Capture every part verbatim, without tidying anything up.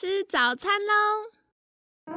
吃早餐喽！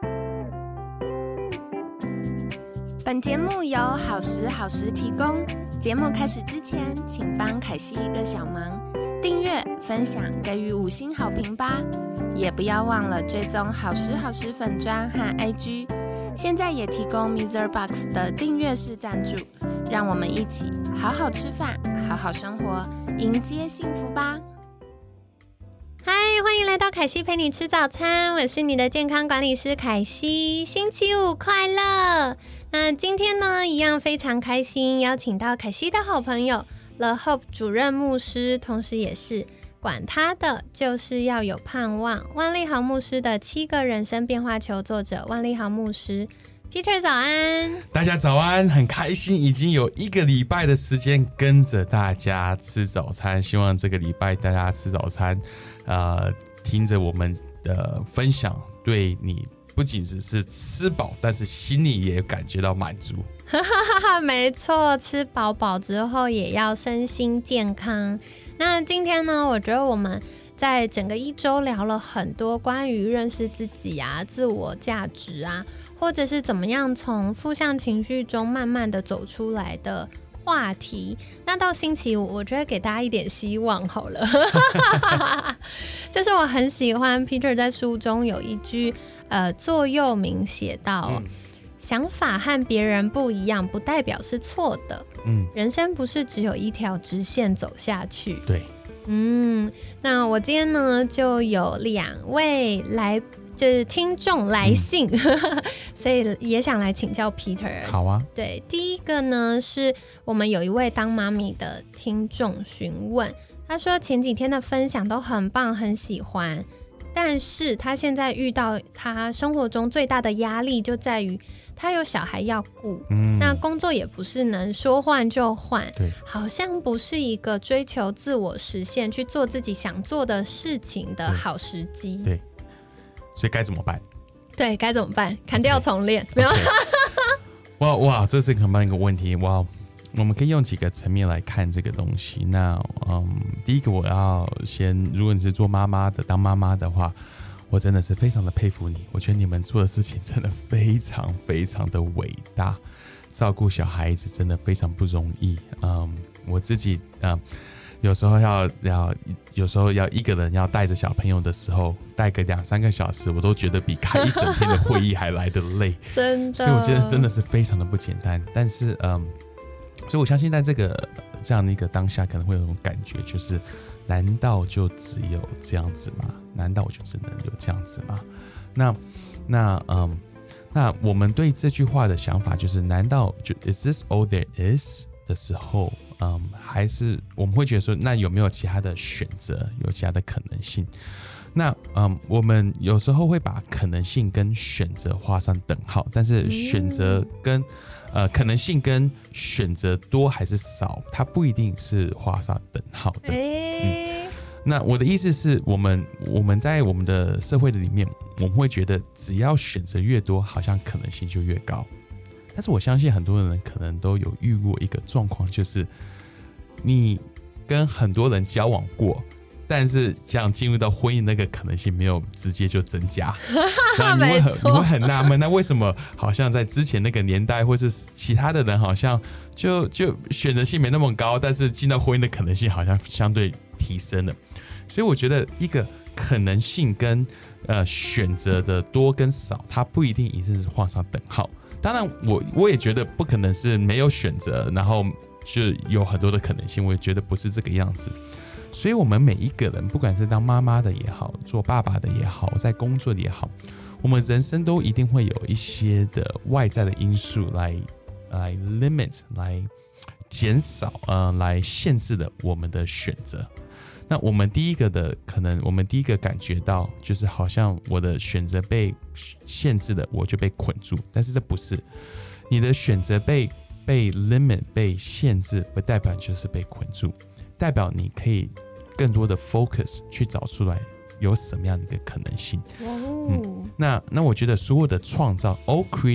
本节目由好时好时提供。节目开始之前，请帮凯西一个小忙，订阅、分享、给予五星好评吧！也不要忘了追踪好时好时粉专和 I G。现在也提供 MixerBox 的订阅式赞助，让我们一起好好吃饭，好好生活，迎接幸福吧！ 嗨，欢迎来到凯西陪你吃早餐，我是你的健康管理师凯西，星期五快乐！那今天呢，一样非常开心，邀请到凯西的好朋友 The Hope 主任牧师，同时也是管他的就是要有盼望万利豪牧师的七个人生变化球作者万利豪牧师 Peter 早安。 大家早安，很开心已经有一个礼拜的时间跟着大家吃早餐，希望这个礼拜大家吃早餐呃，听着我们的分享，对你不仅只是吃饱，但是心里也感觉到满足。 没错，吃饱饱之后也要身心健康。那今天呢，我觉得我们在整个一周聊了很多关于认识自己啊、自我价值啊，或者是怎么样从负向情绪中慢慢的走出来的话题。那到星期五，我觉得给大家一点希望好了。就是我很喜欢 Peter 在书中有一句呃座右铭写到、嗯、想法和别人不一样不代表是错的，嗯，人生不是只有一条直线走下去。 对， 嗯，那我今天呢就有两位来就是听众来信、嗯、所以也想来请教 Peter。 好啊。 对，第一个呢是我们有一位当妈咪的听众询问，他说前几天的分享都很棒，很喜欢，但是他现在遇到他生活中最大的压力就在于他有小孩要顾、嗯、那工作也不是能说换就换， 对， 好像不是一个追求自我实现去做自己想做的事情的好时机。 对，所以该怎么办？ 对，该怎么办？砍掉重练、okay. 没有？ okay. 哇哇，这是很棒一个问题。哇，我们可以用几个层面来看这个东西。那嗯，第一个我要先，如果你是做妈妈的，当妈妈的话，我真的是非常的佩服你。我觉得你们做的事情真的非常非常的伟大，照顾小孩子真的非常不容易。嗯，我自己嗯。有时候要要有时候要一个人要带着小朋友的时候，带个两三个小时，我都觉得比开一整天的会议还来得累。 真的， 所以我觉得真的是非常的不简单。但是嗯，所以我相信在这个这样的一个当下，可能会有一种感觉，就是难道就只有这样子吗？难道我就只能有这样子吗？那那嗯，那我们对这句话的想法就是，难道就 Is this all there is 的时候？嗯，还是我们会觉得说，那有没有其他的选择，有其他的可能性？那嗯，我们有时候会把可能性跟选择画上等号，但是选择跟、嗯、呃可能性跟选择多还是少，它不一定是画上等号的。欸嗯、那我的意思是我们我们在我们的社会的里面，我们会觉得只要选择越多，好像可能性就越高。但是我相信很多人可能都有遇过一个状况，就是你跟很多人交往过，但是想进入到婚姻那个可能性没有直接就增加。然后你会很你会很纳闷，那为什么好像在之前那个年代或是其他的人好像就就选择性没那么高，但是进到婚姻的可能性好像相对提升了。所以我觉得一个可能性跟呃选择的多跟少，它不一定一定是画上等号。当然我，我也觉得不可能是没有选择，然后就有很多的可能性。我也觉得不是这个样子。所以，我们每一个人，不管是当妈妈的也好，做爸爸的也好，在工作的也好，我们人生都一定会有一些的外在的因素来来 limit 来减少呃来限制了我们的选择。那我们第一个的可能，我们第一个感觉到就是好像我的选择被限制了，我就被捆住。但是这不是，你的选择被被 limit 被限制，不代表就是被捆住，代表你可以更多的 focus 去找出来有什么样的一个可能性。嗯，那那我觉得所有的创造 all creative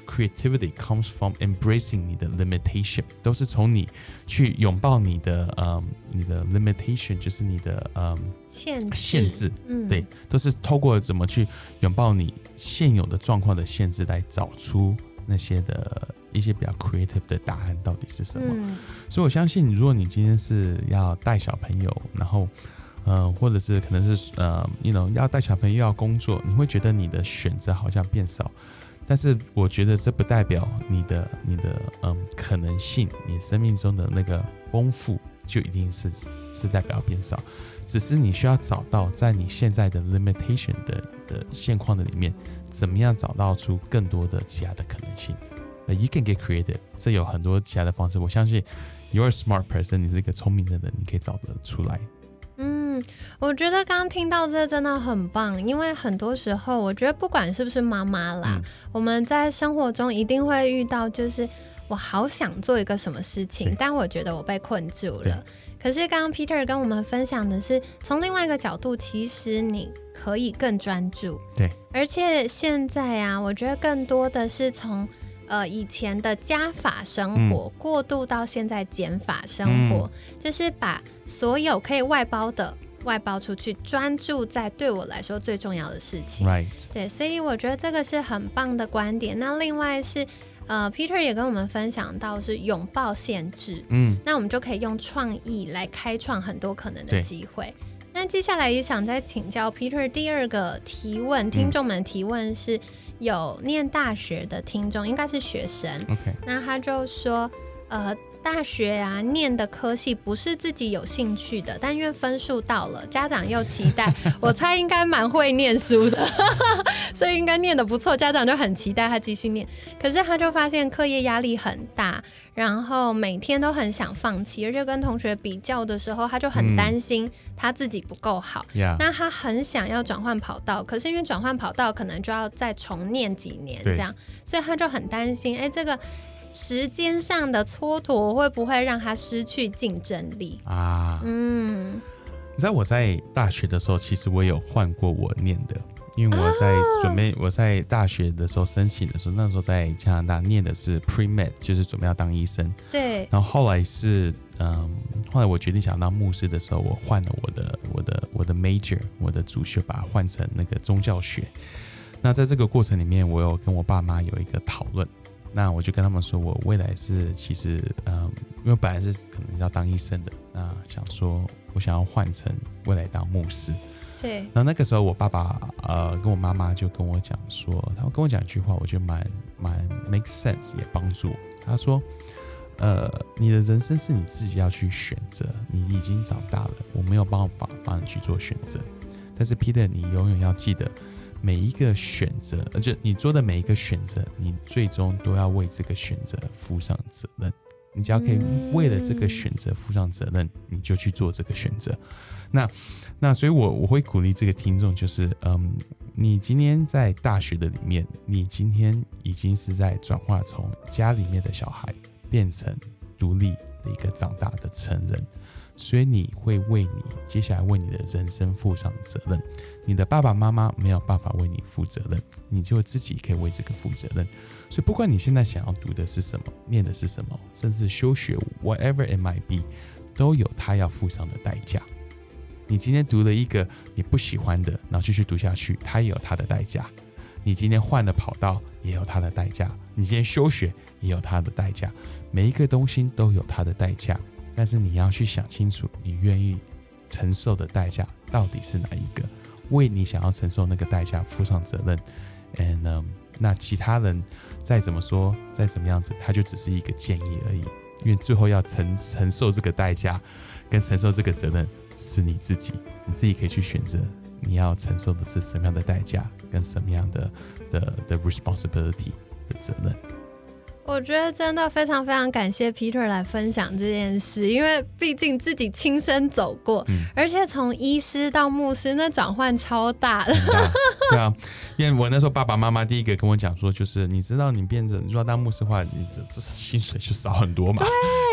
creativity comes from embracing 你的 limitation， 都是从你去拥抱你的、嗯、你的 limitation， 就是你的、嗯、 限制， 限制、 嗯、 对，都是透过怎么去拥抱你现有的状况的限制来找出那些的一些比较 creative 的答案到底是什么、嗯、所以我相信如果你今天是要带小朋友，然后呃，或者是可能是呃 you know 要带小朋友要工作，你会觉得你的选择好像变少，但是我觉得这不代表你的你的嗯可能性，你生命中的那个丰富就一定是是代表变少，只是你需要找到在你现在的 limitation 的的现况的里面，怎么样找到出更多的其他的可能性。You can get creative， 这有很多其他的方式。我相信 you're a smart person， 你是一个聪明的人，你可以找得出来。 嗯，我觉得刚刚听到这真的很棒，因为很多时候我觉得不管是不是妈妈啦、嗯、我们在生活中一定会遇到，就是我好想做一个什么事情，但我觉得我被困住了。可是刚刚 Peter 跟我们分享的是从另外一个角度，其实你可以更专注。 对， 而且现在啊，我觉得更多的是从呃，以前的加法生活、嗯、过渡到现在减法生活、嗯、就是把所有可以外包的外包出去，专注在对我来说最重要的事情、 right. 对，所以我觉得这个是很棒的观点。那另外是呃 Peter 也跟我们分享到是拥抱限制，嗯，那我们就可以用创意来开创很多可能的机会。那接下来也想再请教 Peter 第二个提问，听众们提问是、嗯有念大学的听众，应该是学生、 okay. 那他就说呃，大学啊念的科系不是自己有兴趣的，但因为分数到了，家长又期待我猜应该蛮会念书的所以应该念得不错，家长就很期待他继续念。可是他就发现课业压力很大，然后每天都很想放弃，而且跟同学比较的时候他就很担心他自己不够好、 嗯 yeah. 那他很想要转换跑道，可是因为转换跑道可能就要再重念几年这样，所以他就很担心哎，这个时间上的蹉跎会不会让他失去竞争力啊？嗯，你知道我在大学的时候其实我有换过我念的，因为我在准备、哦、我在大学的时候申请的时候，那时候在加拿大念的是 pre-med， 就是准备要当医生。 对。 然后后来是嗯，后来我决定想当牧师的时候，我换了我的我的我的 major， 我的主修把它换成那个宗教学。那在这个过程里面，我有跟我爸妈有一个讨论。那我就跟他们说，我未来是其实嗯，因为本来是可能要当医生的，那想说我想要换成未来当牧师。 对， 然后那个时候我爸爸呃跟我妈妈就跟我讲说，他跟我讲一句话，我觉得蛮蛮 make sense， 也帮助我。他说，呃，你的人生是你自己要去选择，你已经长大了，我没有办法帮你去做选择。但是 Peter， 你永远要记得，每一个选择，而且你做的每一个选择，你最终都要为这个选择负上责任。你只要可以为了这个选择负上责任，你就去做这个选择。那那所以我我会鼓励这个听众，就是嗯，你今天在大学的里面，你今天已经是在转化从家里面的小孩变成独立的一个长大的成人，所以你会为你接下来为你的人生负上责任。你的爸爸妈妈没有办法为你负责任，你就自己可以为这个负责任。所以不管你现在想要读的是什么，念的是什么，甚至休学 whatever it might be， 都有他要付上的代价。你今天读了一个你不喜欢的，然后继续读下去，它也有它的代价。你今天换了跑道，也有它的代价。你今天休学，也有它的代价。每一个东西都有它的代价，但是你要去想清楚，你愿意承受的代价到底是哪一个？为你想要承受那个代价负上责任。And, um, 那其他人再怎么说，再怎么样子，他就只是一个建议而已。因为最后要 承, 承受这个代价跟承受这个责任是你自己，你自己可以去选择你要承受的是什么样的代价跟什么样的的的 responsibility 的责任。 我觉得真的非常非常感谢 Peter 来分享这件事，因为毕竟自己亲身走过、嗯、而且从医师到牧师那转换超大的、 嗯、对啊，因为我那时候爸爸妈妈第一个跟我讲说，就是你知道你变成你说当牧师的话，你这这薪水就少很多嘛。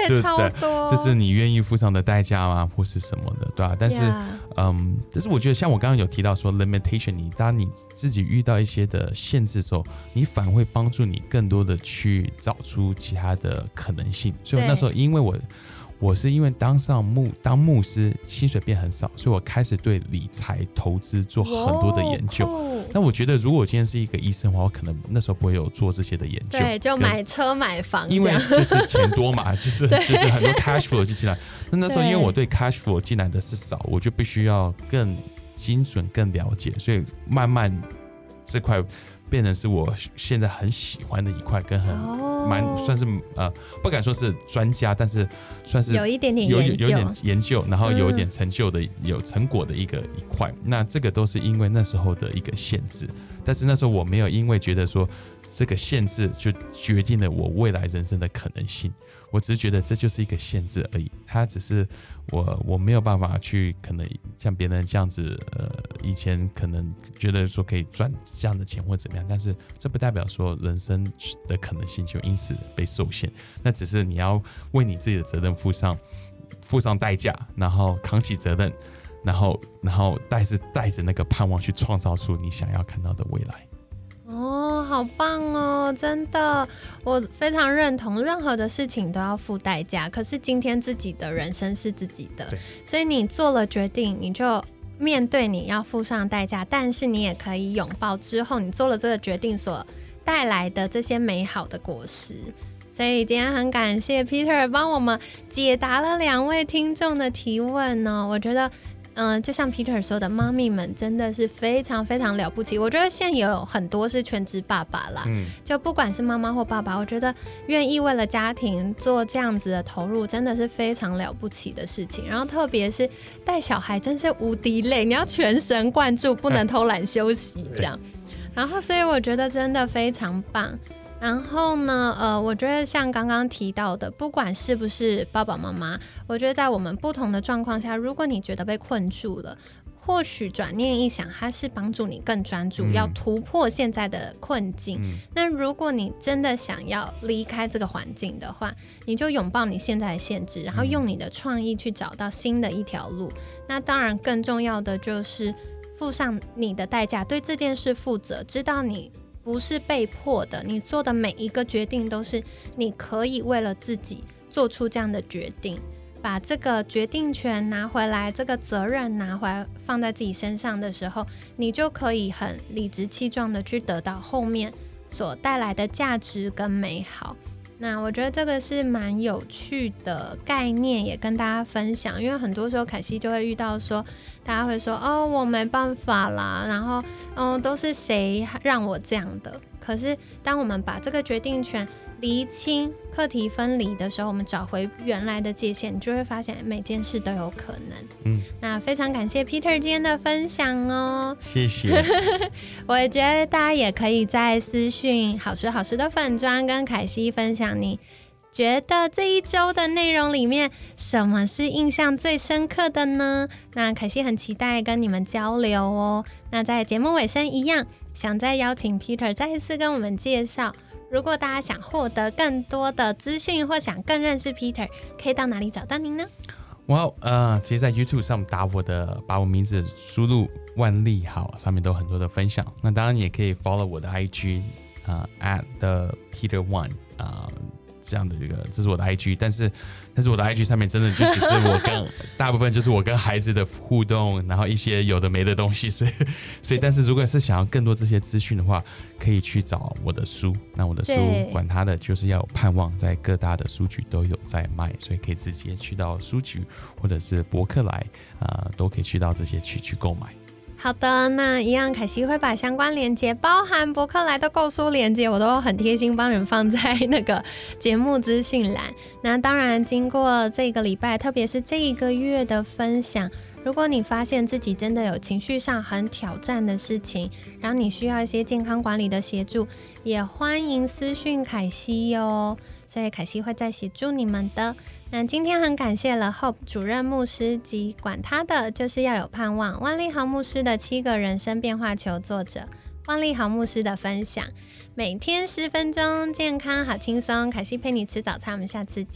对，超多， 这是你愿意付上的代价吗，或是什么的，对吧、啊？但是， yeah. 嗯，但是我觉得像我刚刚有提到说 limitation， 你当你自己遇到一些的限制的时候，你反而会帮助你更多的去找出其他的可能性。所以我那时候因为我。我是因为当上牧当牧师，薪水变很少，所以我开始对理财投资做很多的研究。那我觉得，如果我今天是一个医生的话，我可能那时候不会有做这些的研究。 对，就买车买房， 因为就是钱多嘛，就是就是很多 cash flow 就进来。那那时候因为我对 cash flow 进来的是少，我就必须要更精准、更了解，所以慢慢这块变成是我现在很喜欢的一块，跟很蛮、哦、算是呃不敢说是专家，但是算是有一点点研究，有有点研究，然后有一点成就的、嗯、有成果的一个一块。那这个都是因为那时候的一个限制，但是那时候我没有因为觉得说这个限制就决定了我未来人生的可能性。我只是觉得这就是一个限制而已，它只是我我没有办法去可能像别人这样子，呃，以前可能觉得说可以赚这样的钱或怎么样，但是这不代表说人生的可能性就因此被受限。那只是你要为你自己的责任负上付上代价，然后扛起责任，然后然后带是带着那个盼望去创造出你想要看到的未来。 哦，好棒哦，真的，我非常认同，任何的事情都要付代价，可是今天自己的人生是自己的，所以你做了决定，你就面对你要付上代价，但是你也可以拥抱之后你做了这个决定所带来的这些美好的果实。所以今天很感谢 Peter 帮我们解答了两位听众的提问哦，我觉得嗯，就像 Peter 说的，妈咪们真的是非常非常了不起。我觉得现在也有很多是全职爸爸啦、嗯，就不管是妈妈或爸爸，我觉得愿意为了家庭做这样子的投入，真的是非常了不起的事情。然后特别是带小孩，真是无敌累，你要全神贯注，不能偷懒休息这样。然后，所以我觉得真的非常棒。然后呢，呃，我觉得像刚刚提到的，不管是不是爸爸妈妈，我觉得在我们不同的状况下，如果你觉得被困住了，或许转念一想，它是帮助你更专注、嗯、要突破现在的困境、嗯、那如果你真的想要离开这个环境的话，你就拥抱你现在的限制，然后用你的创意去找到新的一条路、嗯、那当然更重要的就是付上你的代价，对这件事负责，知道你不是被迫的，你做的每一个决定都是你可以为了自己做出这样的决定，把这个决定权拿回来，这个责任拿回来放在自己身上的时候，你就可以很理直气壮的去得到后面所带来的价值跟美好。那我觉得这个是蛮有趣的概念，也跟大家分享。因为很多时候凯西就会遇到说，大家会说哦我没办法啦，然后嗯都是谁让我这样的。可是当我们把这个决定权厘清、课题分离的时候，我们找回原来的界限，你就会发现每件事都有可能。嗯，那非常感谢 Peter 今天的分享哦， 谢谢。 我觉得大家也可以在私讯好时好时的粉专跟凯西分享，你觉得这一周的内容里面什么是印象最深刻的呢？那凯西很期待跟你们交流哦。那在节目尾声一样，想再邀请 Peter 再一次跟我们介绍，如果大家想获得更多的资讯或想更认识 Peter， 可以到哪里找到您呢？ 哇，呃，其实在 YouTube 上打我的，把我名字输入万利好，上面都有很多的分享。那当然也可以 follow 我的 I G， 呃 at the Peter One， 啊、呃。这样的一个，这是我的 I G， 但是但是我的 I G 上面真的就只是我跟大部分就是我跟孩子的互动，然后一些有的没的东西，所以所以但是如果是想要更多这些资讯的话，可以去找我的书。那我的书管它的就是要有盼望，在各大的书局都有在卖，所以可以直接去到书局或者是博客来，呃，都可以去到这些区去购买。 好的，那一样凯西会把相关连结，包含博客来的购书连结，我都很贴心帮人放在那个节目资讯栏。那当然经过这个礼拜，特别是这一个月的分享，如果你发现自己真的有情绪上很挑战的事情，然后你需要一些健康管理的协助，也欢迎私讯凯西哟，所以凯西会再协助你们的。那今天很感谢了 Hope 主任牧师及管他的就是要有盼望万利豪牧师的七个人生变化球作者万利豪牧师的分享，每天十分钟，健康好轻松，凯西陪你吃早餐，我们下次见，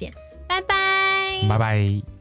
拜拜， 拜拜。